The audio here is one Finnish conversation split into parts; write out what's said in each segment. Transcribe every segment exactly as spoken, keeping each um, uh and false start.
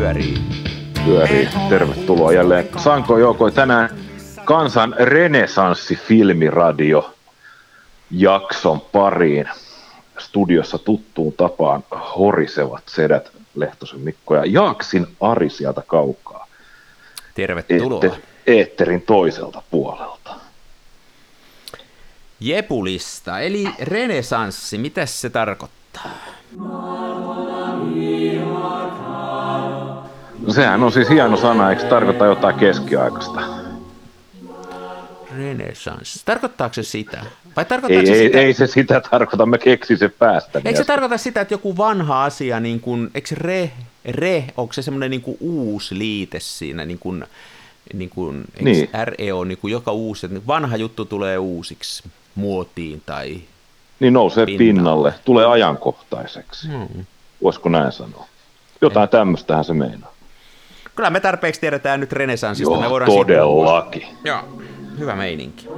pyörii. Pyörii. Tervetuloa jälleen Sanko Joukoi tänään Kansan renesanssi-filmiradio jakson pariin. Studiossa tuttuun tapaan horisevat sedät Lehtosen Mikko ja Jaaksin Ari sieltä kaukaa. Tervetuloa. Eette, eetterin toiselta puolelta. Jepulista, eli renesanssi, mitä se tarkoittaa? No sehän on siis hieno sana, eikö se tarkoita jotain keskiaikaista? Renesanssi. Tarkoittaako se sitä? Vai ei, se ei, sitä? ei se sitä tarkoita, mä keksin sen päästä. Eikö se tarkoita sitä, että joku vanha asia, niin kuin, eikö re, re, onko se semmoinen niin kuin uusi liite siinä, niin kuin, niin kuin, eikö niin. R E on niin kuin joka uusi, että vanha juttu tulee uusiksi muotiin tai niin nousee pinnalle, pinnalle tulee ajankohtaiseksi. Hmm. Voisiko näin sanoa? Jotain tämmöistähän se meinaa. Kyllä me tarpeeksi tiedetään nyt renesanssista. Joo, me voidaan todellakin. Joo, hyvä meininki.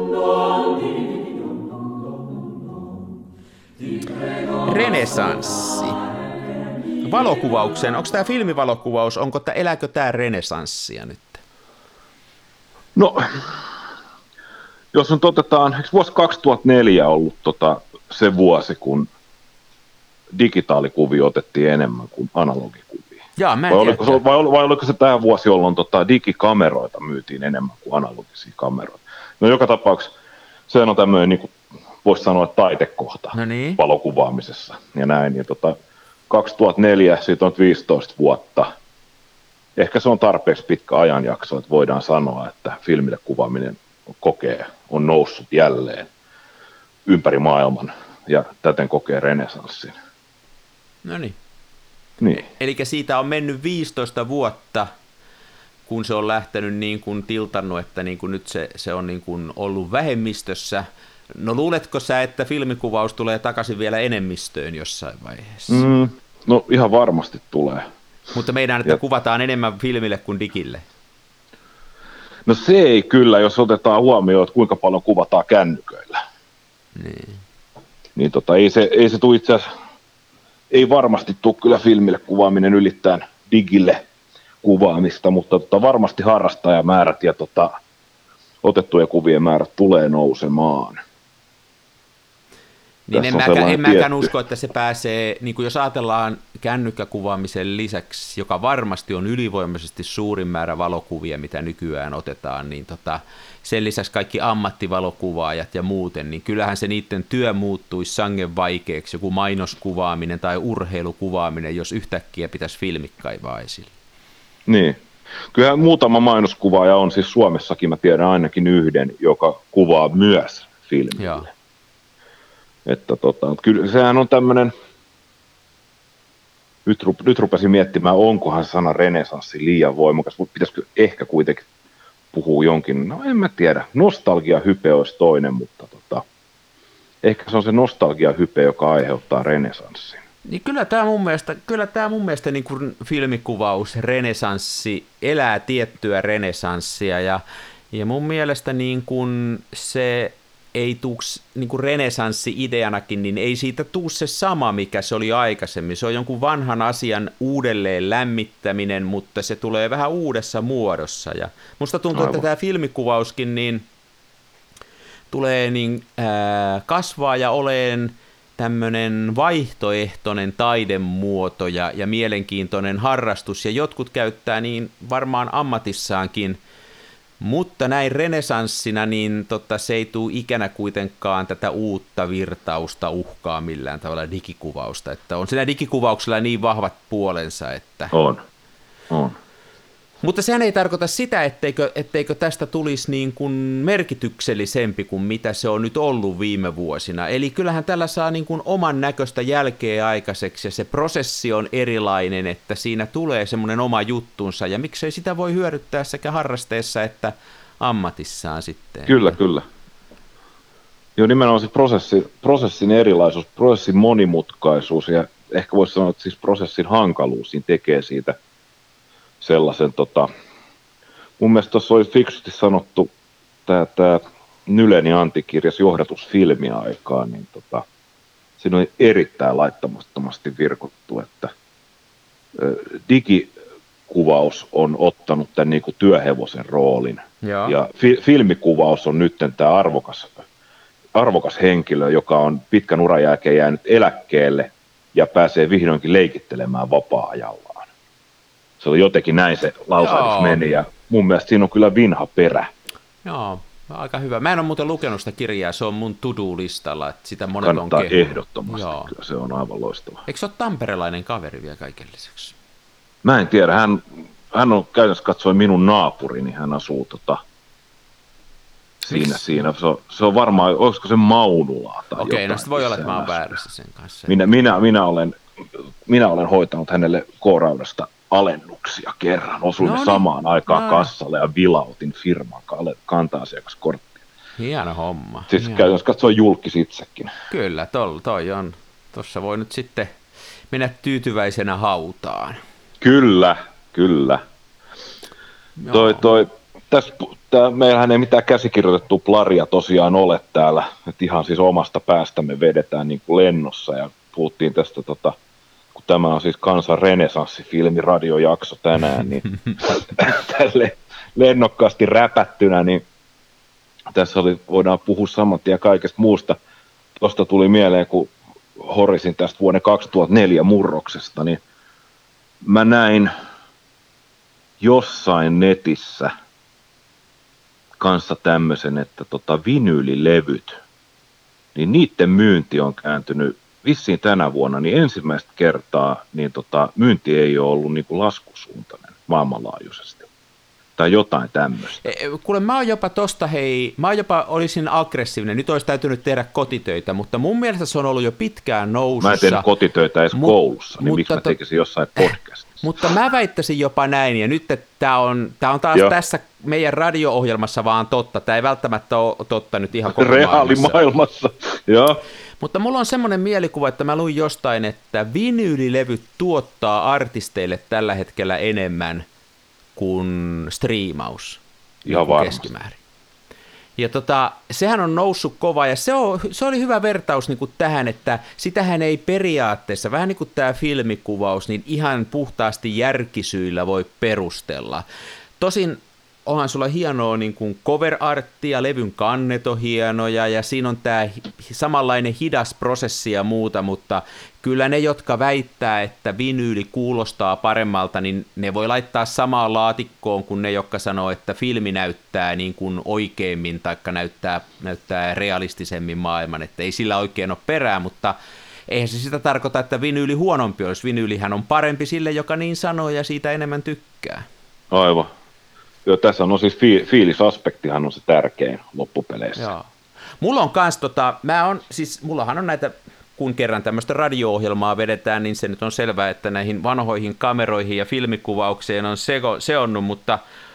Renesanssi. Valokuvauksen, onko tämä filmivalokuvaus, onko tämä, elääkö tämä renesanssia nyt? No, jos nyt otetaan, eikö vuosi kaksituhattaneljä ollut tota, se vuosi, kun digitaalikuvia otettiin enemmän kuin analogikuvia? Jaa, mä en vai, tiedä. oliko se, vai, vai oliko se tämä vuosi, jolloin tota, digikameroita myytiin enemmän kuin analogisia kameroita? No joka tapauksessa se on tämmöinen, niin kuin voisi sanoa, taitekohta no niin. valokuvaamisessa ja näin. Ja tota, kaksituhattaneljä, siitä on viisitoista vuotta. Ehkä se on tarpeeksi pitkä ajanjakso, että voidaan sanoa, että filmille kuvaaminen kokee, on noussut jälleen ympäri maailman ja täten kokee renesanssin. No niin. Niin. Eli siitä on mennyt viisitoista vuotta, kun se on lähtenyt niin kuin tiltannut, että niin kuin nyt se, se on niin kuin ollut vähemmistössä. No luuletko sä, että filmikuvaus tulee takaisin vielä enemmistöön jossain vaiheessa? Mm, no ihan varmasti tulee. Mutta meidän, että ja... kuvataan enemmän filmille kuin digille. No se ei kyllä, jos otetaan huomioon, että kuinka paljon kuvataan kännyköillä. Niin. Niin tota, ei se, ei se tule itse asiassa, ei varmasti tule kyllä filmille kuvaaminen ylittäen digille kuvaamista, mutta tota, varmasti harrastajamäärät ja tota, otettujen kuvien määrät tulee nousemaan. Niin en, mäkään, en mäkään usko, että se pääsee, niin kuin jos ajatellaan kännykkäkuvaamisen lisäksi, joka varmasti on ylivoimaisesti suurin määrä valokuvia, mitä nykyään otetaan, niin tota, sen lisäksi kaikki ammattivalokuvaajat ja muuten, niin kyllähän se niiden työ muuttuisi sangen vaikeaksi, joku mainoskuvaaminen tai urheilukuvaaminen, jos yhtäkkiä pitäisi filmit kaivaa esille. Niin. Kyllähän muutama mainoskuvaaja on, siis Suomessakin mä tiedän ainakin yhden, joka kuvaa myös filmille. Joo. Että tota, kyllä sehän on tämmöinen, nyt, rup, nyt rupesin miettimään, onkohan sana renesanssi liian voimakas, mutta pitäisikö ehkä kuitenkin puhua jonkin, no en mä tiedä, nostalgiahype olisi toinen, mutta tota, ehkä se on se nostalgiahype, joka aiheuttaa renesanssin. Niin kyllä tämä mun mielestä, kyllä tämä mun mielestä niin kuin filmikuvaus, renesanssi, elää tiettyä renesanssia ja, ja mun mielestä niin kuin se ei tuuks niin kuin renesanssi-ideanakin, niin ei siitä tuu se sama, mikä se oli aikaisemmin. Se on jonkun vanhan asian uudelleen lämmittäminen, mutta se tulee vähän uudessa muodossa. Ja musta tuntuu, Aivan. että tämä filmikuvauskin niin tulee niin, ää, kasvaa ja oleen tämmöinen vaihtoehtoinen taidemuoto ja, ja mielenkiintoinen harrastus, ja jotkut käyttää niin varmaan ammatissaankin. Mutta näin renesanssina, niin tota, se ei tule ikänä kuitenkaan tätä uutta virtausta uhkaa millään tavalla digikuvausta. Että on siinä digikuvauksella niin vahvat puolensa, että... On, on. Mutta sehän ei tarkoita sitä, etteikö, etteikö tästä tulisi niin kuin merkityksellisempi kuin mitä se on nyt ollut viime vuosina. Eli kyllähän tällä saa niin kuin oman näköistä jälkeä aikaiseksi ja se prosessi on erilainen, että siinä tulee semmoinen oma juttunsa ja miksei sitä voi hyödyttää sekä harrasteessa että ammatissaan sitten. Kyllä, kyllä. Joo, nimenomaan se prosessi, prosessin erilaisuus, prosessin monimutkaisuus ja ehkä voisi sanoa, että siis prosessin hankaluus niin tekee siitä sellaisen, tota, mun mielestä tuossa oli fiksusti sanottu tämä, tämä Nyleni Antti-kirjas johdatus filmiaikaan, niin tota, siinä oli erittäin laittamattomasti virkottu, että digi, filmikuvaus on ottanut tämän niin kuin työhevosen roolin. Joo. Ja fi- filmikuvaus on nyt tämä arvokas, arvokas henkilö, joka on pitkän uran jälkeen jäänyt eläkkeelle ja pääsee vihdoinkin leikittelemään vapaa-ajallaan. Se oli jotenkin näin se lausahdus Joo. meni, ja mun mielestä siinä on kyllä vinha perä. Joo, aika hyvä. Mä en ole muuten lukenut sitä kirjaa, se on mun to-do-listalla, että sitä monet on Kannattaa kehunut. ehdottomasti, Joo. kyllä se on aivan loistava. Eikö se ole tamperelainen kaveri vielä kaiken lisäksi? Mä en tiedä, hän, hän on käytännössä katsoen minun naapurini, hän asuu tota, siinä, Miks? siinä. Se, on, se on varmaan, olisiko se Maunulaa tai Okei, jotain. no sitten voi olla, että mä oon sellaista. väärässä sen kanssa. Minä, minä, minä, olen, minä olen hoitanut hänelle K-raudasta alennuksia kerran. Osuimme No niin. samaan aikaan No niin. kassalle ja vilautin firman kanta-asiakaskorttia. Hieno homma. Siis Hieno. käytännössä katsoen julkis itsekin. Kyllä, tol, toi on. Tuossa voi nyt sitten mennä tyytyväisenä hautaan. Kyllä, kyllä. Joo. Toi, toi, täs, tää, meillähän ei mitään käsikirjoitettua plaria tosiaan ole täällä, että ihan siis omasta päästämme vedetään niin kuin lennossa, ja puhuttiin tästä, tota, kun tämä on siis kansan renesanssifilmi radiojakso tänään, niin tälle lennokkaasti räpättynä, niin tässä oli, voidaan puhua saman tien kaikesta muusta. Tuosta tuli mieleen, kun horisin tästä vuoden kaksituhattaneljä murroksesta, niin mä näin jossain netissä kanssa tämmöisen, että tota vinyylilevyt, niin niiden myynti on kääntynyt vissiin tänä vuonna, niin ensimmäistä kertaa niin tota, myynti ei ole ollut niin kuin laskusuuntainen maailmanlaajuisesti. Tai jotain tämmöistä. E, Kuule, mä oon jopa tosta, hei, mä oon jopa olisin aggressiivinen, nyt olisi täytynyt tehdä kotitöitä, mutta mun mielestä se on ollut jo pitkään nousussa. Mä en tehnyt kotitöitä edes Mut- koulussa, niin mutta miksi mä to- tekisin jossain podcastissa? Mutta mä väittäisin jopa näin, ja nyt tämä on, tää on taas Joo. tässä meidän radio-ohjelmassa vaan totta, tämä ei välttämättä ole totta nyt ihan koko maailmassa. Reaalimaailmassa, joo. Mutta mulla on semmoinen mielikuva, että mä luin jostain, että vinyylilevyt tuottaa artisteille tällä hetkellä enemmän kuin striimaus. Ihan joku varmasti. keskimäärin. Ja tota, sehän on noussut kova, ja se, on, se oli hyvä vertaus niin kuin tähän, että sitähän ei periaatteessa, vähän niin kuin tämä filmikuvaus, niin ihan puhtaasti järkisyillä voi perustella. Tosin onhan sulla hienoa niin kuin cover-arttia, levyn kannet on hienoja, ja siinä on tämä samanlainen hidas prosessi ja muuta, mutta kyllä ne, jotka väittää, että vinyyli kuulostaa paremmalta, niin ne voi laittaa samaan laatikkoon kuin ne, jotka sanoo, että filmi näyttää niin kuin oikeimmin, taikka näyttää, näyttää realistisemmin maailman, että ei sillä oikein ole perää, mutta eihän se sitä tarkoita, että vinyyli huonompi olisi. Vinyylihän on parempi sille, joka niin sanoo ja siitä enemmän tykkää. Aivan. Joo, tässä on siis fi- fiilisaspektihan on se tärkein loppupeleissä. Joo. Mulla on kans tota, mä on, siis mullahan on näitä, kun kerran tämmöistä radio-ohjelmaa vedetään, niin se nyt on selvää, että näihin vanhoihin kameroihin ja filmikuvaukseen on seko, seonnut, mutta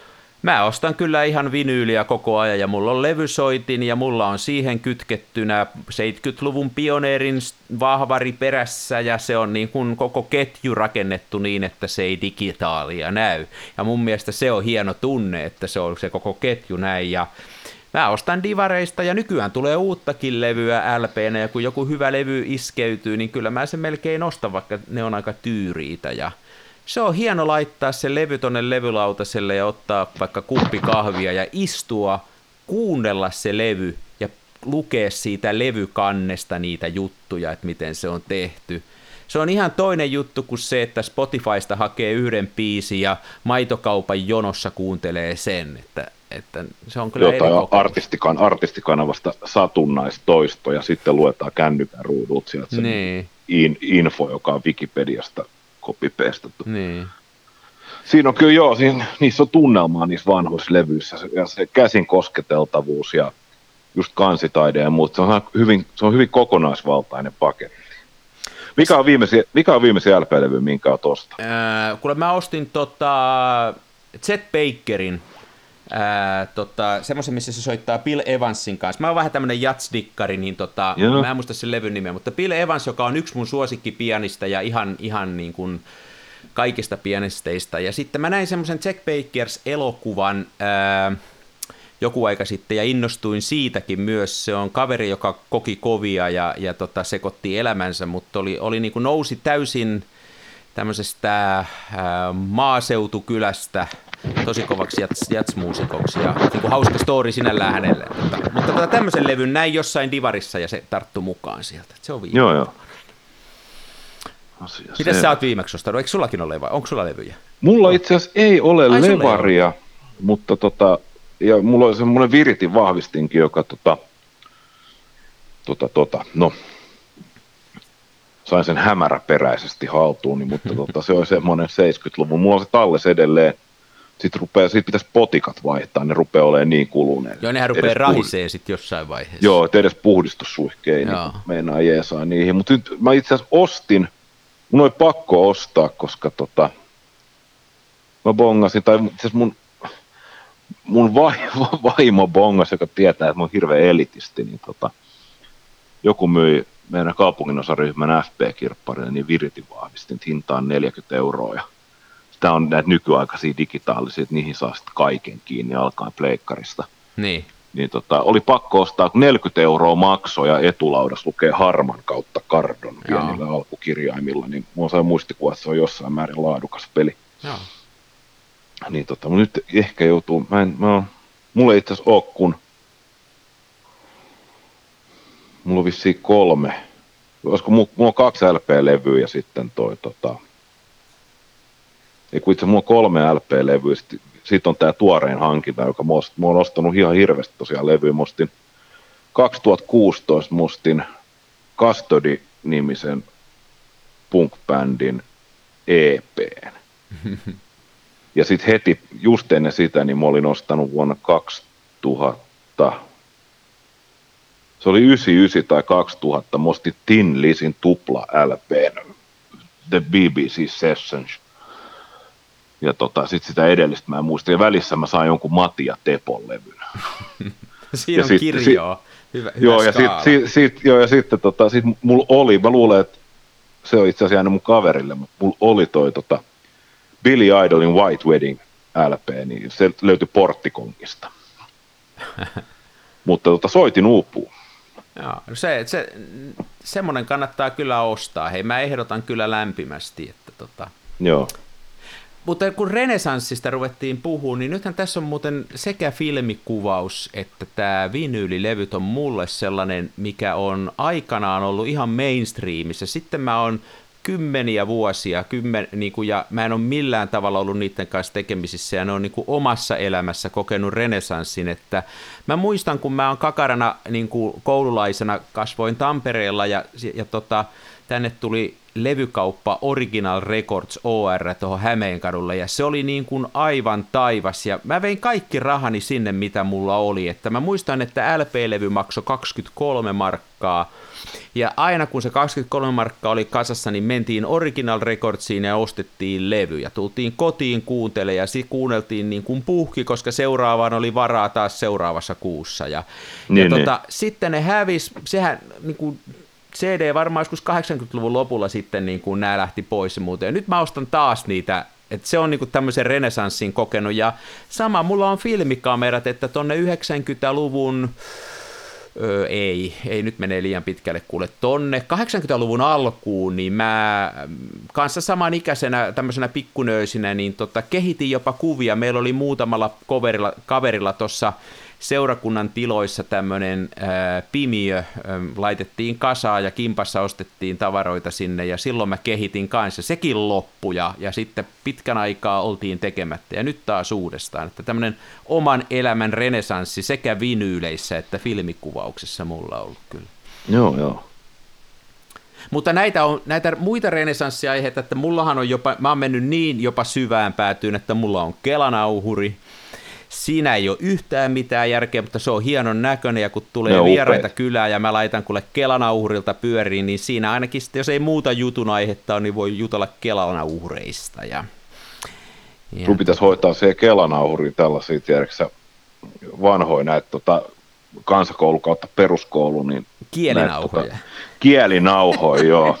mä ostan kyllä ihan vinyyliä koko ajan, ja mulla on levysoitin, ja mulla on siihen kytkettynä seitsemänkymmentäluvun pioneerin vahvari perässä, ja se on niin kuin koko ketju rakennettu niin, että se ei digitaalia näy. Ja mun mielestä se on hieno tunne, että se on se koko ketju näin, ja mä ostan divareista, ja nykyään tulee uuttakin levyä L P:nä, ja kun joku hyvä levy iskeytyy, niin kyllä mä sen melkein ostan, vaikka ne on aika tyyriitä, ja se on hieno laittaa se levy tonne levylautaselle ja ottaa vaikka kuppi kahvia ja istua, kuunnella se levy ja lukea siitä levykannesta niitä juttuja, että miten se on tehty. Se on ihan toinen juttu kuin se, että Spotifysta hakee yhden biisin ja maitokaupan jonossa kuuntelee sen, että, että se on kyllä eri Jotain kokemus. artistikan, artistikanavasta satunnaistoisto ja sitten luetaan kännykän ruudulta sieltä se Niin, in, info, joka on Wikipediasta copy-pastattu. niin. Siinä on kyllä joo, siinä, niissä on tunnelmaa niissä vanhoissa levyissä ja se käsin kosketeltavuus ja just kansitaide ja muut. Se on hyvin, se on hyvin kokonaisvaltainen paketti. Mikä on viimeisin, mikä on viimeisin L P-levy, minkä on tosta? Äh, kuule mä ostin tota Chet Bakerin, Ää, tota, semmoisen, missä se soittaa Bill Evansin kanssa. Mä oon vähän tämmönen jatsdikkari, niin tota, Joo. mä en muista sen levyn nimeä, mutta Bill Evans, joka on yksi mun suosikkipianista ja ihan, ihan niin kuin kaikista pianisteista. Ja sitten mä näin semmoisen Chet Bakers elokuvan ää, joku aika sitten ja innostuin siitäkin myös. Se on kaveri, joka koki kovia ja, ja tota, sekoitti elämänsä, mutta oli, oli niin kuin nousi täysin tämmöisestä ää, maaseutukylästä tosi kovaksi jats, jatsmuusikoksi ja niin kuin hauska story sinällään hänelle. Mutta, mutta tota, tämmöisen levyn näin jossain divarissa ja se tarttu mukaan sieltä. Se on viime. Joo, joo. Miten sä oot viimeksi ostanut? Eikö sullakin ole levyjä? Onko sulla levyjä? Mulla itse asiassa ei ole Ai, levaria, mutta tota, ja mulla on semmoinen Viritin vahvistinkin, joka tota, tota, tota, no, sain sen hämäräperäisesti haltuuni, mutta tota, se on semmoinen seitsemänkymmentäluvun. Mulla on se talles edelleen. Sitten rupeaa, sit pitäisi potikat vaihtaa, ne rupeaa olemaan niin kuluneet. Joo, nehän rupeaa rahisee sitten jossain vaiheessa. Joo, että edes puhdistussuihke ei niin meinaa jeesaa niihin. Mutta nyt mä itse asiassa ostin, mun oli pakko ostaa, koska tota, mä bongasin, tai itse asiassa mun, mun vaimo, vaimo bongasi, joka tietää, että mä oon hirveän elitisti, niin tota, joku myi meidän kaupunginosaryhmän F P-kirpparille, niin Viritin vahvistin, hintaan neljäkymmentä euroa. Ja tämä on näitä nykyaikaisia digitaalisia, että niihin saa sitten kaiken kiinni alkaen pleikkarista. Niin. Niin tota, oli pakko ostaa, kun neljäkymmentä euroa maksoi ja etulaudas lukee Harman kautta Kardon pienillä alkukirjaimilla, niin mulla sai muistikuva, että se on jossain määrin laadukas peli. Joo. Niin tota, nyt ehkä joutuu, mä en, mä oon, mulla ei itse asiassa ole kun, mulla on vissiin kolme, olisiko mulla, mulla on kaksi L P-levyä ja sitten toi tota, ei kun itse mulla on kolme L P-levyä, sitten sit on tää tuorein hankinta, joka mä oon ostanut ihan hirveästi tosiaan levyä. Mä ostin kaksituhattakuusitoista mustin Custody-nimisen punk-bändin E P:n. Ja sitten heti just ennen sitä, niin mä olin ostanut vuonna kaksituhatta, se oli yhdeksänkymmentäyhdeksän tai kaksituhatta, mä ostin Tin Lizin tupla L P:n, The B B C Sessions. Ja tota, sitten sitä edellistä mä en muista. Ja välissä mä sain jonkun Matia Tepon levyn. Siinä on sit, kirjoa. Hyvä, hyvä joo, ja sitten sit, sit, joo, ja sitten tota, sit mulla oli, mä luulen, että se on itse asiassa aina mun kaverille, mutta mulla oli toi tota, Billy Idolin White Wedding L P, niin se löytyi Porttikongista. Mutta tota, soitin uupuu. Joo, se, se, semmoinen kannattaa kyllä ostaa. Hei, mä ehdotan kyllä lämpimästi, että tota... Joo. Mutta kun renesanssista ruvettiin puhua, niin nythän tässä on muuten sekä filmikuvaus että tämä vinyylilevyt on mulle sellainen, mikä on aikanaan ollut ihan mainstreamissa. Sitten mä oon kymmeniä vuosia, kymmen, niin kuin, ja mä en ole millään tavalla ollut niiden kanssa tekemisissä, ja ne on niin kuin omassa elämässä kokenut renesanssin, että mä muistan, kun mä oon kakarana niin kuin koululaisena, kasvoin Tampereella, ja, ja tota, tänne tuli levykauppa Original Records O R tuohon Hämeenkadulle, ja se oli niin kuin aivan taivas, ja mä vein kaikki rahani sinne, mitä mulla oli, että mä muistan, että L P-levy maksoi kaksikymmentäkolme markkaa, ja aina kun se kaksikymmentäkolme markkaa oli kasassa, niin mentiin Original Recordsiin ja ostettiin levy, ja tultiin kotiin kuuntelemaan, ja sitten kuunneltiin niin kuin puhki, koska seuraavaan oli varaa taas seuraavassa kuussa, ja, niin, ja tota, niin. Sitten ne hävisi, sehän niin kuin C D varmaan joskus kahdeksankymmentäluvun lopulla sitten niin kuin nämä lähti pois ja muuta. Ja nyt mä ostan taas niitä, että se on niin kuin tämmöisen renesanssin kokenut. Ja sama, mulla on filmikamerat, että tonne yhdeksänkymmentäluvun, öö, ei, ei nyt menee liian pitkälle kuule, tonne kahdeksankymmentäluvun alkuun, niin mä kanssa samanikäisenä tämmöisenä pikkunöisinä, niin tota, kehitin jopa kuvia. Meillä oli muutamalla kaverilla, kaverilla tuossa seurakunnan tiloissa tämmöinen ää, pimiö, ää, laitettiin kasaan ja kimpassa ostettiin tavaroita sinne ja silloin mä kehitin kanssa, sekin loppui ja, ja sitten pitkän aikaa oltiin tekemättä ja nyt taas uudestaan, että tämmöinen oman elämän renesanssi sekä vinyyleissä että filmikuvauksessa mulla on ollut kyllä. Joo, joo. Mutta näitä, on, näitä muita renesanssiaiheita, että mullahan on jopa, mä oon mennyt niin jopa syvään päätyyn, että mulla on kelanauhuri. Siinä ei ole yhtään mitään järkeä, mutta se on hienon näköinen, ja kun tulee vieraita kylään ja mä laitan kuule kelanauhurilta pyöriin, niin siinä ainakin sitten, jos ei muuta jutun aihetta ole, niin voi jutella kelanauhureista. Ja, ja... Sun pitäisi hoitaa se kelanauhuri tällaisia, tiedätkö vanhoja näitä tota, kansakoulu kautta peruskoulu. Niin kielinauhoja. Näitä, tota, kielinauhoja, joo.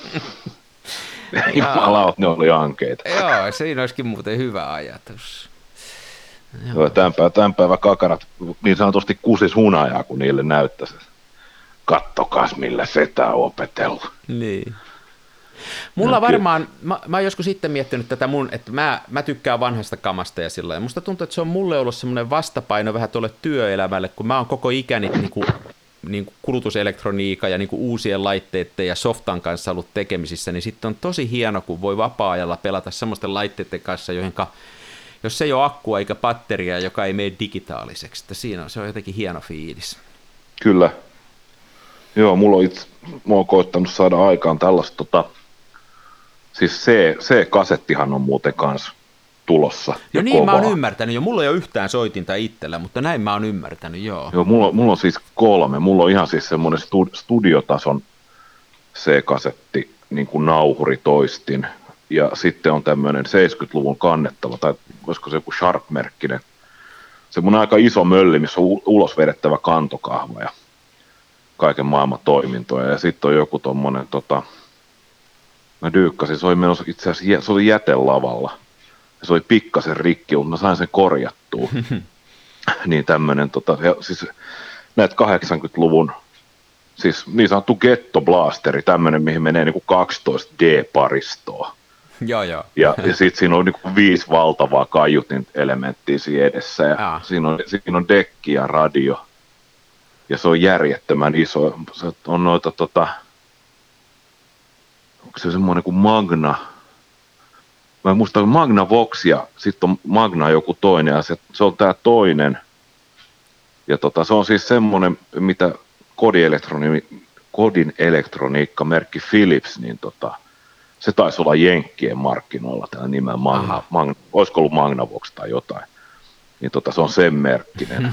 Jumalaut, ne oli ankeita. Joo, siinä olisikin muuten hyvä ajatus. Joo, tämän, päivän, tämän päivän kakarat niin sanotusti kusis hunajaa, kun niille näyttäisi. Kattokas, millä setä on opetellut. Niin. Mulla varmaan, mä, mä oon joskus sitten miettinyt tätä mun, että mä, mä tykkään vanhasta kamasta ja sillä, ja musta tuntuu, että se on mulle ollut semmoinen vastapaino vähän tuolle työelämälle, kun mä oon koko ikäni niin kuin, niin kuin kulutuselektroniikan ja niin kuin uusien laitteiden ja softan kanssa ollut tekemisissä, niin sitten on tosi hieno, kun voi vapaa-ajalla pelata semmoisten laitteiden kanssa, joihinka, jos ei ole akkua eikä batteria, joka ei mene digitaaliseksi, että siinä on, se on jotenkin hieno fiilis. Kyllä. Joo, mulla on itse, mä oon koittanut saada aikaan tällaista, tota, siis C, C-kasettihan on muuten kanssa tulossa. No niin, kovaa. Mä oon ymmärtänyt jo, mulla ei ole yhtään soitinta itsellä, mutta näin mä oon ymmärtänyt, joo. Joo, mulla, mulla on siis kolme, mulla on ihan siis semmoinen studiotason C-kasetti, niin kuin nauhuritoistin, ja sitten on tämmöinen seitsemänkymmentäluvun kannettava, tai olisiko se joku Sharp-merkkinen, semmoinen aika iso mölli, missä on ulos vedettävä kantokahva, ja kaiken maailman toimintoja, ja sitten on joku tommonen, tota, mä dyykkasin, se oli menossa itse asiassa, se oli jätelavalla, se oli pikkasen rikki, mutta mä sain sen korjattua, niin tämmönen, tota, siis näet kahdeksankymmentäluvun, siis niin sanottu ghetto-blasteri, tämmönen, mihin menee niinku kaksitoista D-paristoa, joo, joo. ja, ja sitten siinä on niinku viisi valtavaa kaiutin elementtiä siinä edessä, ja siinä on, siinä on dekki ja radio, ja se on järjettömän iso. Se on noita, tota, onko se semmoinen kuin Magna, mä en muista, Magna Vox ja sitten on Magna joku toinen, ja se, se on tää toinen. Ja tota, se on siis semmoinen, mitä kodin, kodin elektroniikka-merkki Philips, niin tota, se taisi olla Jenkkien markkinoilla tällä nimellä Magna, Magna, olisiko ollut Magna Vox tai jotain. Niin tota, se on sen merkkinen.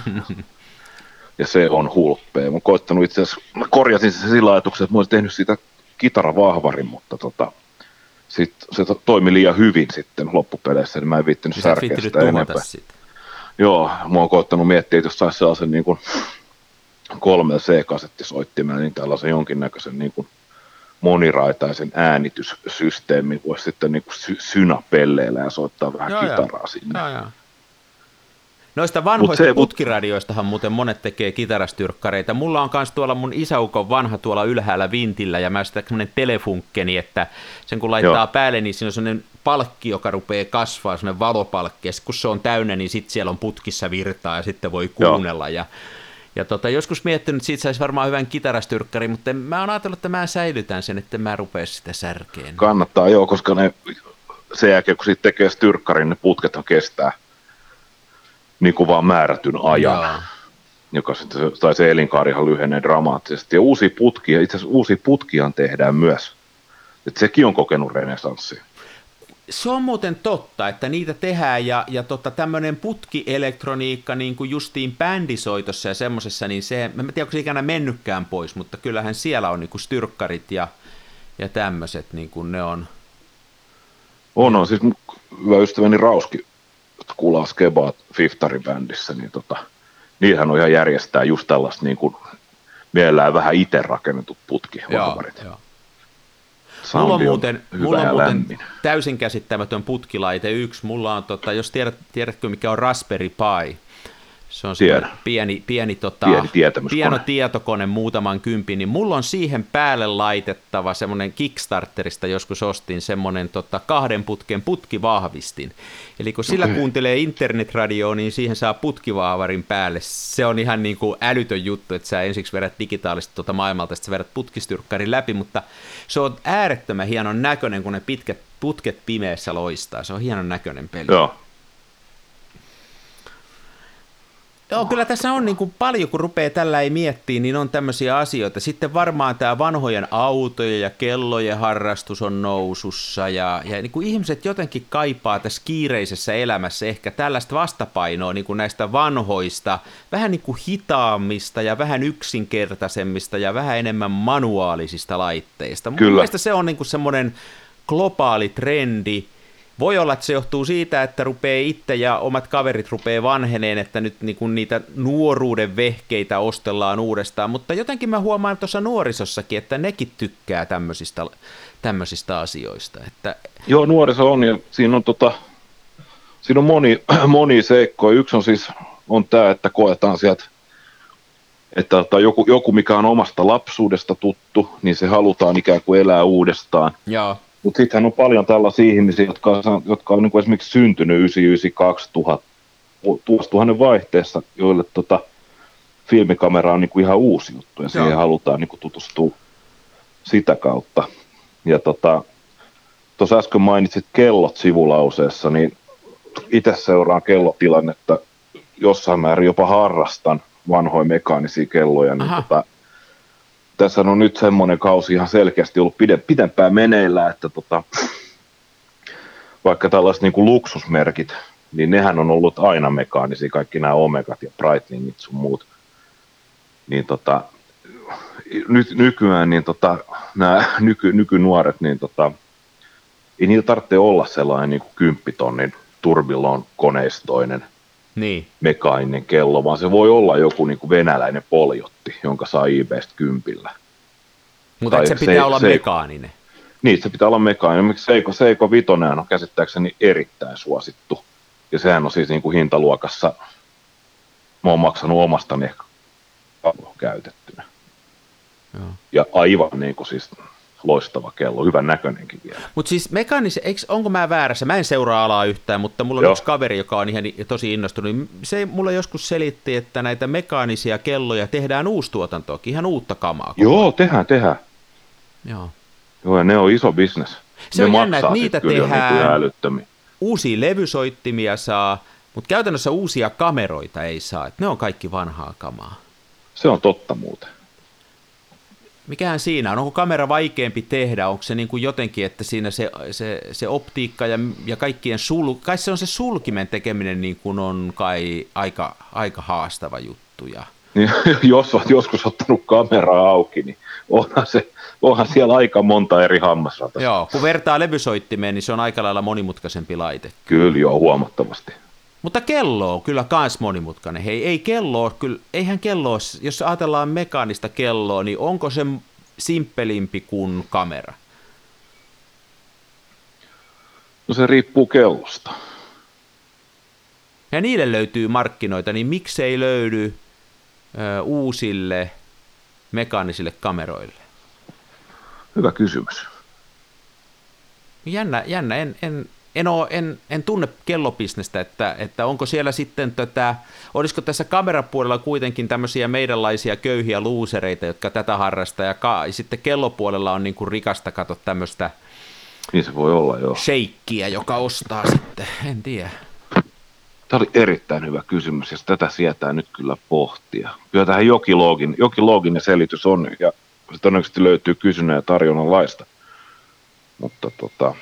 Ja se on hulppea. Mä oon koittanut itse asiassa, mä korjasin se sillä ajatuksella, että mä olisin tehnyt siitä kitaravahvarin, mutta tota, sit se to, toimi liian hyvin sitten loppupeleissä, niin mä en viittinyt särkeä sitä enempää. Sitä. Joo, mä oon koittanut miettiä, että jos saisi sellaisen niin kuin kolme C-kasettisoittimella, niin tällaisen jonkinnäköisen niin kuin moniraitaisen äänityssysteemin voisi sitten niin kuin sy- synapelleillä ja soittaa vähän joo, kitaraa joo. sinne. Joo, joo. Noista vanhoista se, putkiradioistahan muuten monet tekee kitarastyrkkareita. Mulla on myös tuolla mun isäukon vanha tuolla ylhäällä vintillä, ja mä sitä semmoinen telefunkkeni, että sen kun laittaa joo. päälle, niin siinä on semmoinen palkki, joka rupeaa kasvaa, semmoinen valopalkki, ja kun se on täynnä, niin sitten siellä on putkissa virtaa, ja sitten voi kuunnella. Joo. Ja, ja tota, joskus miettinyt, että siitä saisi varmaan hyvän kitarastyrkkarin, mutta mä oon ajatellut, että mä säilytän sen, että mä rupea sitä särkeen. Kannattaa, joo, koska ne, sen jälkeen, kun siitä tekee styrkkarin, ne putkethan kestää niin kuin vaan määrätyn ajan, Jaa. joka sitten, tai se elinkaarihan lyhenee dramaattisesti. Ja uusia putkia, itse asiassa uusia putkiaan tehdään myös. Että sekin on kokenut renesanssia. Se on muuten totta, että niitä tehdään, ja, ja tota, tämmöinen putkielektroniikka niin kuin justiin bändisoitossa ja semmoisessa, niin se, mä en tiedä, onko se ikänä mennytkään pois, mutta kyllähän siellä on niin kuin styrkkarit ja, ja tämmöiset, niin kuin ne on. On, on. Siis hyvä ystäväni Rauski kuulaa Skebaat Fiftarin-bändissä, niin tota, niillähän on ihan järjestää just tällaista niin kuin mielellään vähän itse rakennetut putkihoivarit. Joo, joo. Mulla on muuten, mulla on muuten täysin käsittämätön putkilaite yksi. Mulla on, tota, jos tiedät, tiedätkö mikä on Raspberry Pi, se on pieni, pieni, tota, pieni pieno tietokone muutaman kympin, niin mulla on siihen päälle laitettava semmoinen Kickstarterista, joskus ostin semmoinen tota, kahden putken putkivahvistin. Eli kun sillä okay. kuuntelee internetradioa, niin siihen saa putkivahvarin päälle. Se on ihan niin kuin älytön juttu, että sä ensiksi vedät digitaalisesti tuota maailmalta, sitten sä vedät putkistyrkkarin läpi, mutta se on äärettömän hienon näköinen, kun ne pitkät putket pimeässä loistaa. Se on hienon näköinen peli. Joo. Joo, kyllä tässä on niin kuin paljon, kun rupeaa tällä ei miettiä, niin on tämmöisiä asioita. Sitten varmaan tämä vanhojen autojen ja kellojen harrastus on nousussa, ja, ja niin kuin ihmiset jotenkin kaipaa tässä kiireisessä elämässä ehkä tällaista vastapainoa niin kuin näistä vanhoista, vähän niin kuin hitaammista ja vähän yksinkertaisemmista ja vähän enemmän manuaalisista laitteista. Kyllä. Mun mielestä se on niin kuin semmoinen globaali trendi. Voi olla, että se johtuu siitä, että rupeaa itse ja omat kaverit rupeaa vanheneen, että nyt niinku niitä nuoruuden vehkeitä ostellaan uudestaan, mutta jotenkin mä huomaan tuossa nuorisossakin, että nekin tykkää tämmöisistä, tämmöisistä asioista. Että... Joo, nuoriso on, ja siinä on, tota, siinä on moni, moni seikkoja. Yksi on siis on tämä, että koetaan sieltä että tota, joku, joku, mikä on omasta lapsuudesta tuttu, niin se halutaan ikään kuin elää uudestaan. Joo. Mutta sittenhän on paljon tällaisia ihmisiä, jotka on, jotka on niin kuin esimerkiksi syntynyt yhdeksänkymmentäyhdeksän kaksituhatta, vuosituhannen vaihteessa, joille tota, filmikamera on niin kuin ihan uusi juttu, ja siihen Joo. halutaan niin kuin tutustua sitä kautta. Ja tota, tuossa äsken mainitsit kellot sivulauseessa, niin itse seuraan kellotilannetta, jossain määrin jopa harrastan vanhoja mekaanisia kelloja, niin tota, tässä on nyt semmoinen kausi ihan selkeästi ollut pidempään meneillään, että tota, vaikka tällaiset niin kuin luksusmerkit, niin nehän on ollut aina mekaanisia, kaikki nämä Omegat ja Breitlingit sun muut. Niin tota, nyt, nykyään niin tota, nämä nyky, nykynuoret, niin tota, ei niitä tarvitse olla sellainen niin kuin kymppitonnin turbilon koneistoinen niin. mekaaninen kello, vaan se voi olla joku niin kuin venäläinen poljotti, jonka saa eBaystä kympillä. Mutta se pitää se, olla se, mekaaninen. Niin, se pitää olla mekaaninen. Miksi Seiko, Seiko Vitonen on käsittääkseni erittäin suosittu. Ja sehän on siis niin kuin hintaluokassa, mä oon maksanut omastani ehkä käytettynä. Joo. Ja aivan niin kuin siis loistava kello, hyvän näköinenkin vielä. Mutta siis mekaanisen, onko mä väärässä? Mä en seuraa alaa yhtään, mutta mulla on Joo. yksi kaveri, joka on ihan tosi innostunut. Se mulle joskus selitti, että näitä mekaanisia kelloja tehdään uustuotantoakin, ihan uutta kamaa. Joo, tehdään, tehdään. Joo. Joo, ja ne on iso bisnes. Se ne on jännä, että niitä tehdään, niin uusia levysoittimia saa, mutta käytännössä uusia kameroita ei saa. Että ne on kaikki vanhaa kamaa. Se on totta muuten. Mikähän siinä on? Onko kamera vaikeampi tehdä? Onko se niin kuin jotenkin, että siinä se, se, se optiikka ja, ja kaikkien sul... Kai se on se sulkimen tekeminen niin kuin on kai aika, aika haastava juttu. Ja... Niin, jos olet joskus ottanut kameraa auki, niin onhan, se, onhan siellä aika monta eri hammasratasta. Joo, kun vertaa levysoittimeen, niin se on aika lailla monimutkaisempi laite. Kyllä joo, huomattavasti. Mutta kello on kyllä kans monimutkainen. Hei, ei kello kyllä, eihän kello, jos ajatellaan mekaanista kelloa, niin onko se simppelimpi kuin kamera? No se riippuu kellosta. Ja niille löytyy markkinoita, niin miksei löydy ö, uusille mekaanisille kameroille? Hyvä kysymys. Jännä, jännä. En, en, en, ole, en, en tunne kellobisnestä, että, että onko siellä sitten tätä, olisiko tässä kamerapuolella kuitenkin tämmöisiä meidänlaisia köyhiä luusereita, jotka tätä harrastaa, ja ka, sitten kellopuolella on niin kuin rikasta, kato tämmöistä niin se voi olla, joo. sheikkiä, joka ostaa sitten, en tiedä. Tämä oli erittäin hyvä kysymys, ja tätä sietää nyt kyllä pohtia. Kyllä tähän jokin looginen, jokin looginen selitys on, ja se todennäköisesti löytyy kysynnän ja tarjonnan laista. Mutta tota...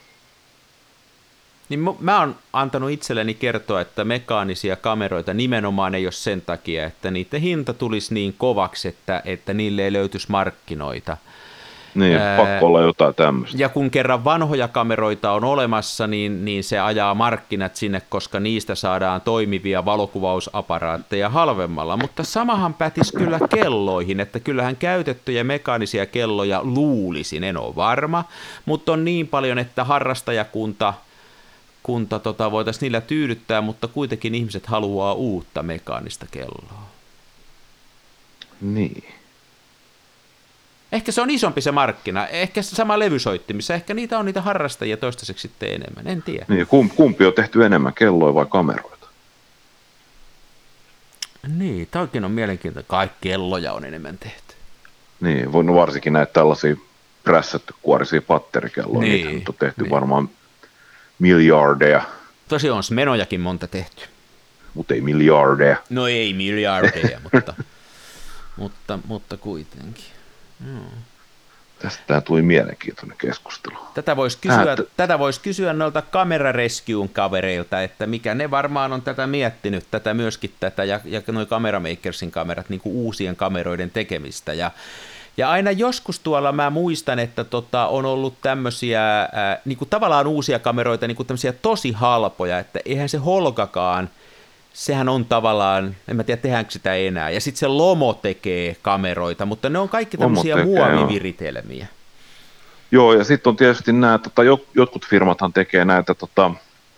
Niin mä oon antanut itselleni kertoa, että mekaanisia kameroita nimenomaan ei ole sen takia, että niiden hinta tulisi niin kovaksi, että, että niille ei löytyisi markkinoita. Niin, Ää, pakko olla jotain tämmöistä. Ja kun kerran vanhoja kameroita on olemassa, niin, niin se ajaa markkinat sinne, koska niistä saadaan toimivia valokuvausaparaatteja halvemmalla. Mutta samahan pätisi kyllä kelloihin, että kyllähän käytettyjä mekaanisia kelloja luulisin, en ole varma, mutta on niin paljon, että harrastajakunta kunta, tota, voitaisiin niillä tyydyttää, mutta kuitenkin ihmiset haluaa uutta mekaanista kelloa. Niin. Ehkä se on isompi se markkina, ehkä se sama levysoittimissa, ehkä niitä on niitä harrastajia toistaiseksi sitten enemmän, en tiedä. Niin, kumpi on tehty enemmän, kelloja vai kameroita? Niin, tämä oikein on mielenkiintoista, kai kelloja on enemmän tehty. Niin, no varsinkin näitä tällaisia prässättykuorisia patterikelloja, niin, niitä on tehty niin. Varmaan miljardeja. Tosiaan on menojakin monta tehty. Mutta ei miljardeja. No ei miljardeja, mutta, mutta, mutta kuitenkin. Hmm. Tästä tuli mielenkiintoinen keskustelu. Tätä voisi kysyä, Äättä... tätä vois kysyä noilta kamerarescuun kavereilta, että mikä ne varmaan on tätä miettinyt, tätä myöskin tätä, ja, ja noi Cameramakersin kamerat, niin kuin uusien kameroiden tekemistä. Ja, ja aina joskus tuolla mä muistan, että tota, on ollut tämmöisiä ää, niin kuin tavallaan uusia kameroita, niin kuin tämmöisiä tosi halpoja, että eihän se Holgakaan, sehän on tavallaan, en mä tiedä tehdäänkö sitä enää, ja sitten se Lomo tekee kameroita, mutta ne on kaikki tämmöisiä muoviviritelmiä. Joo, ja sitten on tietysti nämä, tota, jotkut firmathan tekee näitä tota,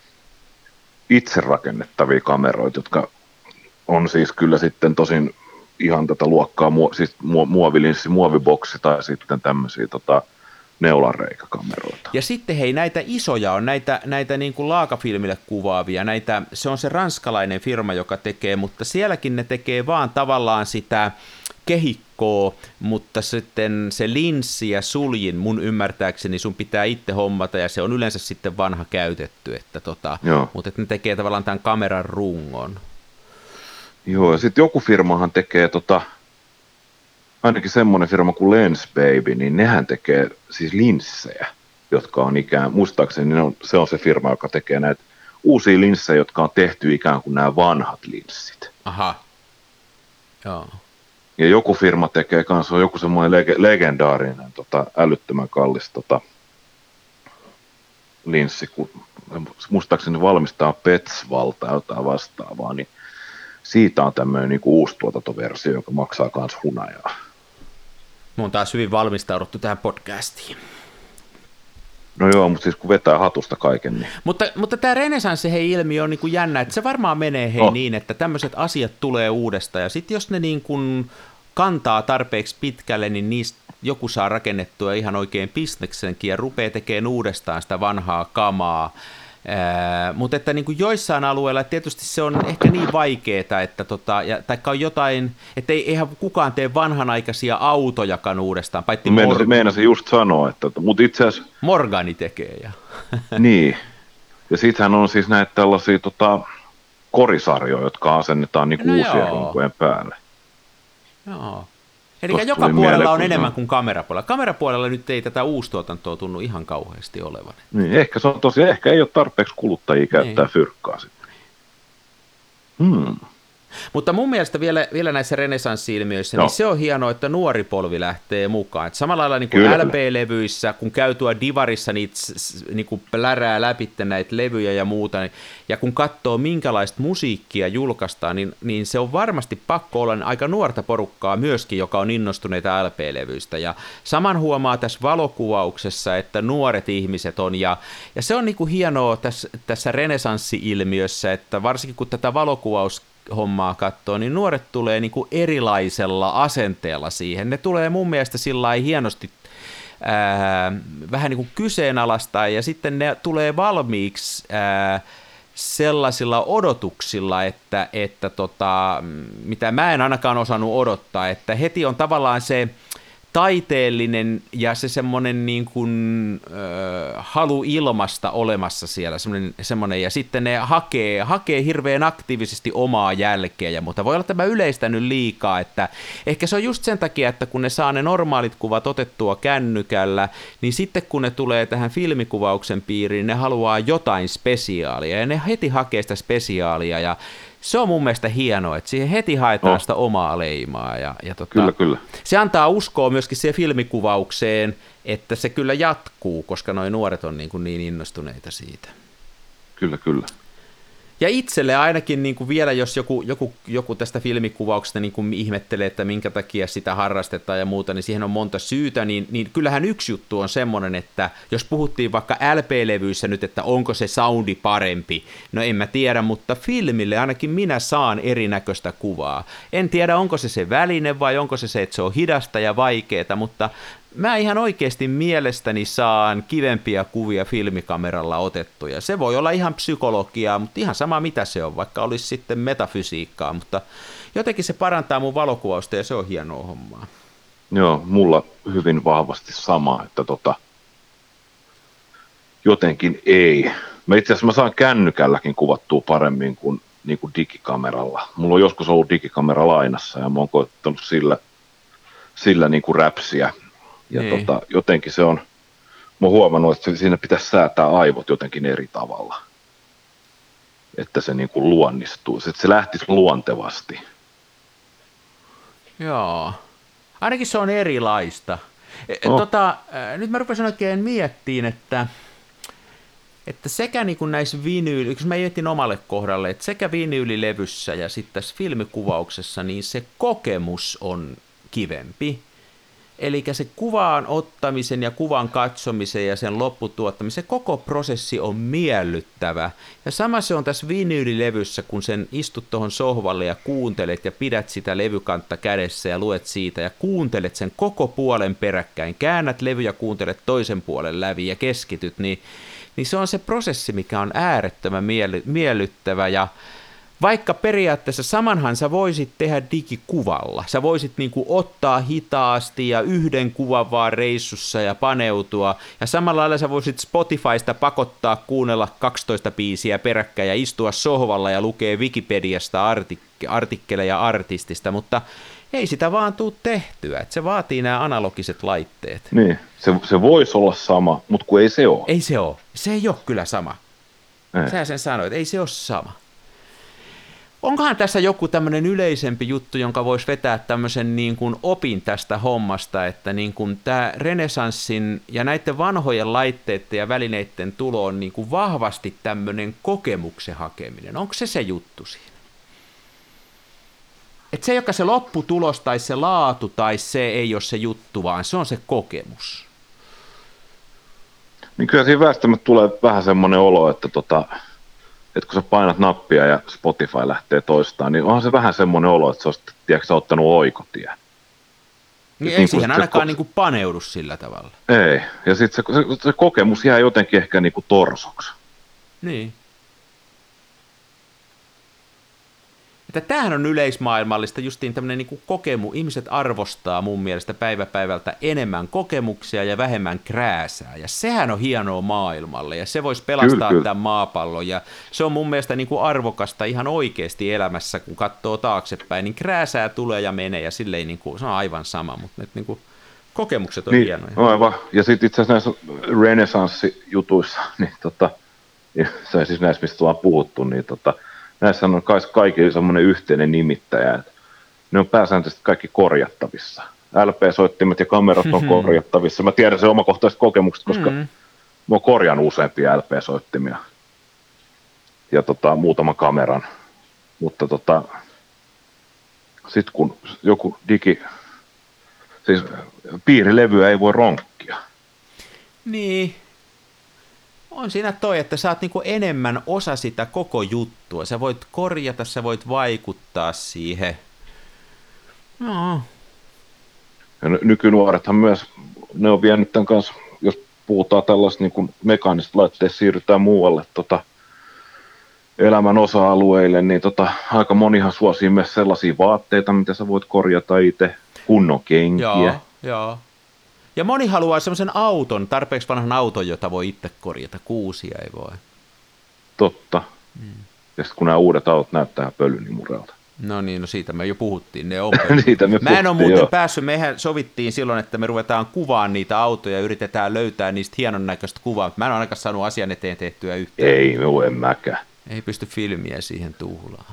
itse rakennettavia kameroita, jotka on siis kyllä sitten tosin ihan tätä luokkaa, muo, siis muovilinssi, muoviboksi tai sitten tämmöisiä tota, neulanreikäkameroita. Ja sitten hei, näitä isoja on, näitä, näitä niin kuin laakafilmille kuvaavia, näitä, se on se ranskalainen firma, joka tekee, mutta sielläkin ne tekee vaan tavallaan sitä kehikkoa, mutta sitten se linssi ja suljin mun ymmärtääkseni sun pitää itse hommata, ja se on yleensä sitten vanha käytetty, että tota, mutta että ne tekee tavallaan tämän kameran rungon. Joo, ja sitten joku firmahan tekee, tota, ainakin semmoinen firma kuin Lensbaby, niin nehän tekee siis linssejä, jotka on ikään, muistaakseni ne on, se on se firma, joka tekee näitä uusia linssejä, jotka on tehty ikään kuin nämä vanhat linssit. Aha, joo. Ja joku firma tekee kanssa, on joku semmoinen lege- legendaarinen, tota, älyttömän kallis tota, linssi, kun muistaakseni valmistaa Petsvalta tai jotain vastaavaa, niin siitä on tämmöinen niin kuin uusi tuotantoversio, joka maksaa myös hunajaa. Mä oon taas hyvin valmistauduttu tähän podcastiin. No joo, mutta siis kun vetää hatusta kaiken, niin... Mutta, mutta tämä renesanssi-ilmiö on niin kuin jännä, että se varmaan menee hei oh. niin, että tämmöiset asiat tulee uudestaan, ja sitten jos ne niin kuin kantaa tarpeeksi pitkälle, niin niistä joku saa rakennettua ihan oikein bisneksenkin, ja rupeaa tekemään uudestaan sitä vanhaa kamaa. Ää, mutta että niin kuin joissain alueilla tietysti se on ehkä niin vaikeaa, että tota, ja, taikka on jotain, että ei, eihän kukaan tee vanhanaikaisia autojakaan uudestaan. Meinasin, Mor- meinasin just sanoa, että mutta itse asiassa... Morgani tekee. Ja. Niin, ja sittenhän on siis näitä tällaisia tota, korisarjoja, jotka asennetaan niin no uusien runkojen päälle. Joo. Eli Tosta joka puolella mieleen, on enemmän kuin kamerapuolella. Kamerapuolella nyt ei tätä uustuotantoa tunnu ihan kauheasti olevan. Niin, ehkä se on tosiaan, ehkä ei ole tarpeeksi kuluttajia käyttää niin. Fyrkkaa sitten. Hmm. Mutta mun mielestä vielä, vielä näissä renesanssi-ilmiöissä, no. niin se on hienoa, että nuori polvi lähtee mukaan. Et samalla lailla niin kuin L P-levyissä, kun käy tuo divarissa niitä niin kuin plärää läpi näitä levyjä ja muuta, niin, ja kun katsoo minkälaista musiikkia julkaistaan, niin, niin se on varmasti pakko olla aika nuorta porukkaa myöskin, joka on innostuneita L P-levyistä. Ja saman huomaa tässä valokuvauksessa, että nuoret ihmiset on, ja, ja se on niin kuin hienoa tässä, tässä renesanssi-ilmiössä, että varsinkin kun tätä valokuvaus hommaa katsoo, niin nuoret tulee niin kuin erilaisella asenteella siihen. Ne tulee mun mielestä sillä lailla hienosti ää, vähän niin kuin kyseenalaistaa, ja sitten ne tulee valmiiksi ää, sellaisilla odotuksilla, että, että tota, mitä mä en ainakaan osannut odottaa, että heti on tavallaan se taiteellinen ja se semmoinen niin kuin, äh, halu ilmasta olemassa siellä, semmoinen, semmoinen, ja sitten ne hakee, hakee hirveän aktiivisesti omaa jälkeä, ja mutta voi olla tämä yleistänyt liikaa, että ehkä se on just sen takia, että kun ne saa ne normaalit kuvat otettua kännykällä, niin sitten kun ne tulee tähän filmikuvauksen piiriin, ne haluaa jotain spesiaalia, ja ne heti hakee sitä spesiaalia, ja se on mun mielestä hienoa, että siihen heti haetaan no. sitä omaa leimaa. Ja, ja tota, kyllä, kyllä. Se antaa uskoa myöskin siihen filmikuvaukseen, että se kyllä jatkuu, koska nuo nuoret on niin, kuin niin innostuneita siitä. Kyllä, kyllä. Ja itselle ainakin niin kuin vielä, jos joku, joku, joku tästä filmikuvauksesta niin kuin ihmettelee, että minkä takia sitä harrastetaan ja muuta, niin siihen on monta syytä, niin, niin kyllähän yksi juttu on semmoinen, että jos puhuttiin vaikka L P-levyissä nyt, että onko se soundi parempi, no en mä tiedä, mutta filmille ainakin minä saan erinäköistä kuvaa. En tiedä, onko se se väline vai onko se se, että se on hidasta ja vaikeaa, mutta mä ihan oikeasti mielestäni saan kivempiä kuvia filmikameralla otettuja. Se voi olla ihan psykologiaa, mutta ihan sama mitä se on, vaikka olisi sitten metafysiikkaa, mutta jotenkin se parantaa mun valokuvausta ja se on hienoa hommaa. Joo, mulla hyvin vahvasti sama, että tota, jotenkin ei. Mä itse asiassa mä saan kännykälläkin kuvattua paremmin kuin, niin kuin digikameralla. Mulla on joskus ollut digikamera lainassa ja mä oon koettanut sillä, sillä niin kuin räpsiä. Ja niin. tota, jotenkin se on, mä oon huomannut, että siinä pitäisi säätää aivot jotenkin eri tavalla, että se niin kuin luonnistuu, että se lähtisi luontevasti. Joo, ainakin se on erilaista. No. Tota, nyt mä rupesin oikein miettiin, että, että sekä niin kuin näissä vinyyli, kun mä mietin omalle kohdalle, että sekä vinyylilevyssä ja sitten tässä filmikuvauksessa, niin se kokemus on kivempi. Eli se kuvan ottamisen ja kuvan katsomisen ja sen lopputuottamisen, se koko prosessi on miellyttävä. Ja sama se on tässä vinyylilevyssä, kun sen istut tuohon sohvalle ja kuuntelet ja pidät sitä levykantta kädessä ja luet siitä ja kuuntelet sen koko puolen peräkkäin. Käännät levy ja kuuntelet toisen puolen läpi ja keskityt, niin, niin se on se prosessi, mikä on äärettömän miely, miellyttävä ja vaikka periaatteessa samanhan sä voisit tehdä digikuvalla. Sä voisit niinku ottaa hitaasti ja yhden kuvan vaan reissussa ja paneutua. Ja samalla lailla sä voisit Spotifysta pakottaa kuunnella kaksitoista biisiä peräkkäin ja istua sohvalla ja lukea Wikipediasta artik- artikkeleja artistista, mutta ei sitä vaan tuu tehtyä. Et se vaatii nämä analogiset laitteet. Niin, se, se voisi olla sama, mutta kun ei se ole. Ei se ole. Se ei ole kyllä sama. Ei. Sä sen sanoit, ei se ole sama. Onkohan tässä joku tämmöinen yleisempi juttu, jonka voisi vetää tämmöisen niin kuin opin tästä hommasta, että niin kuin tämä renesanssin ja näiden vanhojen laitteiden ja välineiden tulo on niin kuin vahvasti tämmöinen kokemuksen hakeminen. Onko se se juttu siinä? Että se, joka se lopputulos tai se laatu tai se ei ole se juttu, vaan se on se kokemus. Niin kyllä siinä väistämättä tulee vähän semmoinen olo, että tota... että kun sä painat nappia ja Spotify lähtee toistaan, niin onhan se vähän semmoinen olo, että sä olisit, tiedätkö, ottanut oikotie. Niin ei niin siihen ainakaan ko- niin kuin paneudu sillä tavalla. Ei, ja sitten se, se, se kokemus jää jotenkin ehkä niin kuin torsoksi. Niin. Että tämähän on yleismaailmallista, justiin tämmöinen niin kuin kokemu. Ihmiset arvostaa mun mielestä päivä päivältä enemmän kokemuksia ja vähemmän krääsää. Ja sehän on hienoa maailmalle ja se voisi pelastaa kyllä, kyllä. tämän maapallon. Ja se on mun mielestä niin kuin arvokasta ihan oikeasti elämässä, kun katsoo taaksepäin, niin krääsää tulee ja menee ja silleen niin kuin, se on aivan sama, mutta niin kuin, kokemukset on niin, hienoja. Aivan. Ja sitten itse asiassa näissä renesanssijutuissa, niin tota, se siis näissä, mistä ollaan puhuttu, niin tota, näissä on kaikilla semmoinen yhteinen nimittäjä, että ne on pääsääntöisesti kaikki korjattavissa. L P-soittimet ja kamerat on mm-hmm. korjattavissa. Mä tiedän sen omakohtaiset kokemukset, koska mm-hmm. mä oon korjannut useampia L P-soittimia ja tota, muutaman kameran. Mutta tota, sitten kun joku digi, siis piirilevyä ei voi ronkkia. Niin. On siinä toi, että sä oot niinku enemmän osa sitä koko juttua. Sä voit korjata, sä voit vaikuttaa siihen. No. Ja nykynuorethan myös, ne on vienyt tämän kanssa, jos puhutaan tällaista niin kuin mekaanista laitteista, siirrytään muualle tota, elämän osa-alueille, niin tota, aika monihan suosii myös sellaisia vaatteita, mitä sä voit korjata itse, kunnon kenkiä. Joo, joo. Ja moni haluaa semmoisen auton, tarpeeksi vanhan auton, jota voi itse korjata. Kuusia ei voi. Totta. Mm. Ja sitten kun nämä uudet autot näyttää pölynimureelta. No niin, no siitä me jo puhuttiin. Ne on Siitä me Mä en ole muuten joo. päässyt, mehän sovittiin silloin, että me ruvetaan kuvaan niitä autoja ja yritetään löytää niistä hienon näköistä kuvaa. Mä en ole ainakaan saanut asian eteen tehtyä yhtään. Ei, me en mäkään. Ei pysty filmiä siihen tuhlaan.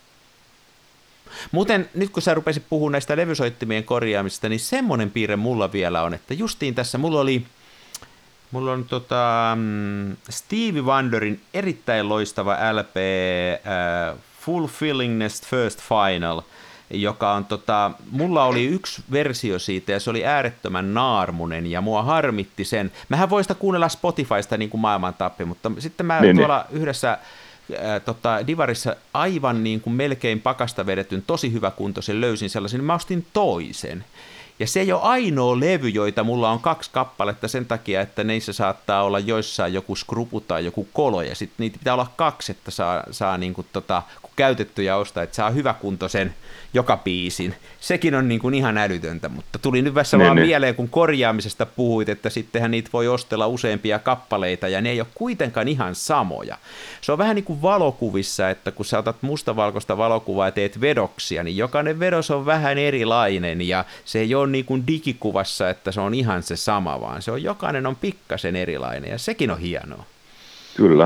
Muuten nyt kun sä rupesit puhumaan näistä levysoittimien korjaamisesta, niin semmoinen piirre mulla vielä on, että justiin tässä mulla oli, mulla on tota, Stevie Wonderin erittäin loistava L P uh, Fulfillingness First Final, joka on tota, mulla oli yksi versio siitä ja se oli äärettömän naarmunen ja mua harmitti sen. Mähän voin sitä kuunnella Spotifysta niin kuin maailman tappi, mutta sitten mä niin, tuolla niin. yhdessä Ää, tota, Divarissa aivan niin kuin melkein pakasta vedetyn, tosi hyvä kuntoisen löysin sellaisen, niin mä ostin toisen. Ja se ei ole ainoa levy, joita mulla on kaksi kappaletta sen takia, että neissä saattaa olla joissain joku skrupu tai joku kolo, ja sitten niitä pitää olla kaksi, että saa, saa niin kuin tota, kun käytettyjä ostaa, että saa hyväkuntoisen joka biisin. Sekin on niin kuin ihan älytöntä, mutta tuli nyt tässä vaan mieleen, kun korjaamisesta puhuit, että sittenhän niitä voi ostella useampia kappaleita, ja ne ei ole kuitenkaan ihan samoja. Se on vähän niin kuin valokuvissa, että kun sä otat mustavalkoista valokuvaa ja teet vedoksia, niin jokainen vedos on vähän erilainen, ja se ei ole niin kuin digikuvassa, että se on ihan se sama, vaan se on jokainen on pikkasen erilainen, ja sekin on hienoa. Kyllä.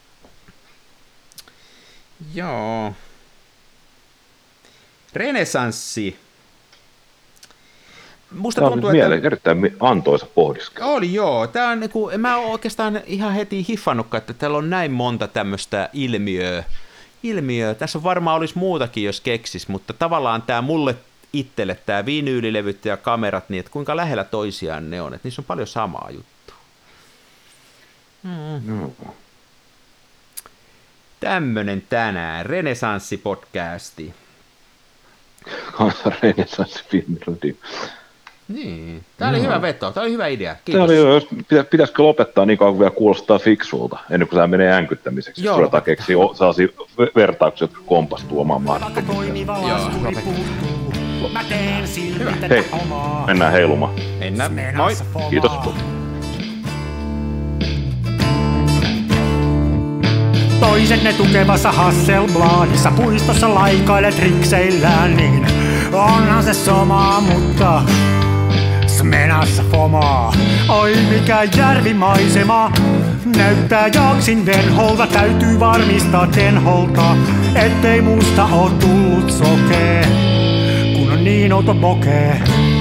Joo. Renesanssi. Musta Tämä tuntuu, on että... mieleen, erittäin antoisa pohdiskelu. Oli joo. Tämä on, niinku, mä oon oikeastaan ihan heti hiffannutkaan, että täällä on näin monta tämmöistä ilmiöä. Ilmiöä. Tässä varmaan olisi muutakin, jos keksis, mutta tavallaan tämä mulle itselle tämä vinyylilevyt ja kamerat, niin että kuinka lähellä toisiaan ne on, että niissä on paljon samaa juttua. Mm. No. Tämmönen tänään, Renesanssi-podcasti. Kanssa Renesanssi-filmiradiin. Niin, tämä oli no. hyvä veto, tämä oli hyvä idea, kiitos. Tämä oli hyvä, jos pitäisikö lopettaa niin kauan kuin vielä kuulostaa fiksulta, ennen kuin tämä menee änkyttämiseksi. Joo. Ruvetaan keksiä sellaisia vertauksia, jotka kompastuu omaan markkinoihin. Joo, hyvä. Hei, mennään heilumaan. Mennään, moi. Kiitos. Toisenne tukevassa Hasselbladissa puistossa laikailet rikseillään, niin onhan se somaa, mutta Smenassa fomaa. Oi mikä järvimaisema, näyttää jaksin venholta, täytyy varmistaa tenholta, ettei musta oo tullut sokee, kun on niin outo pokee.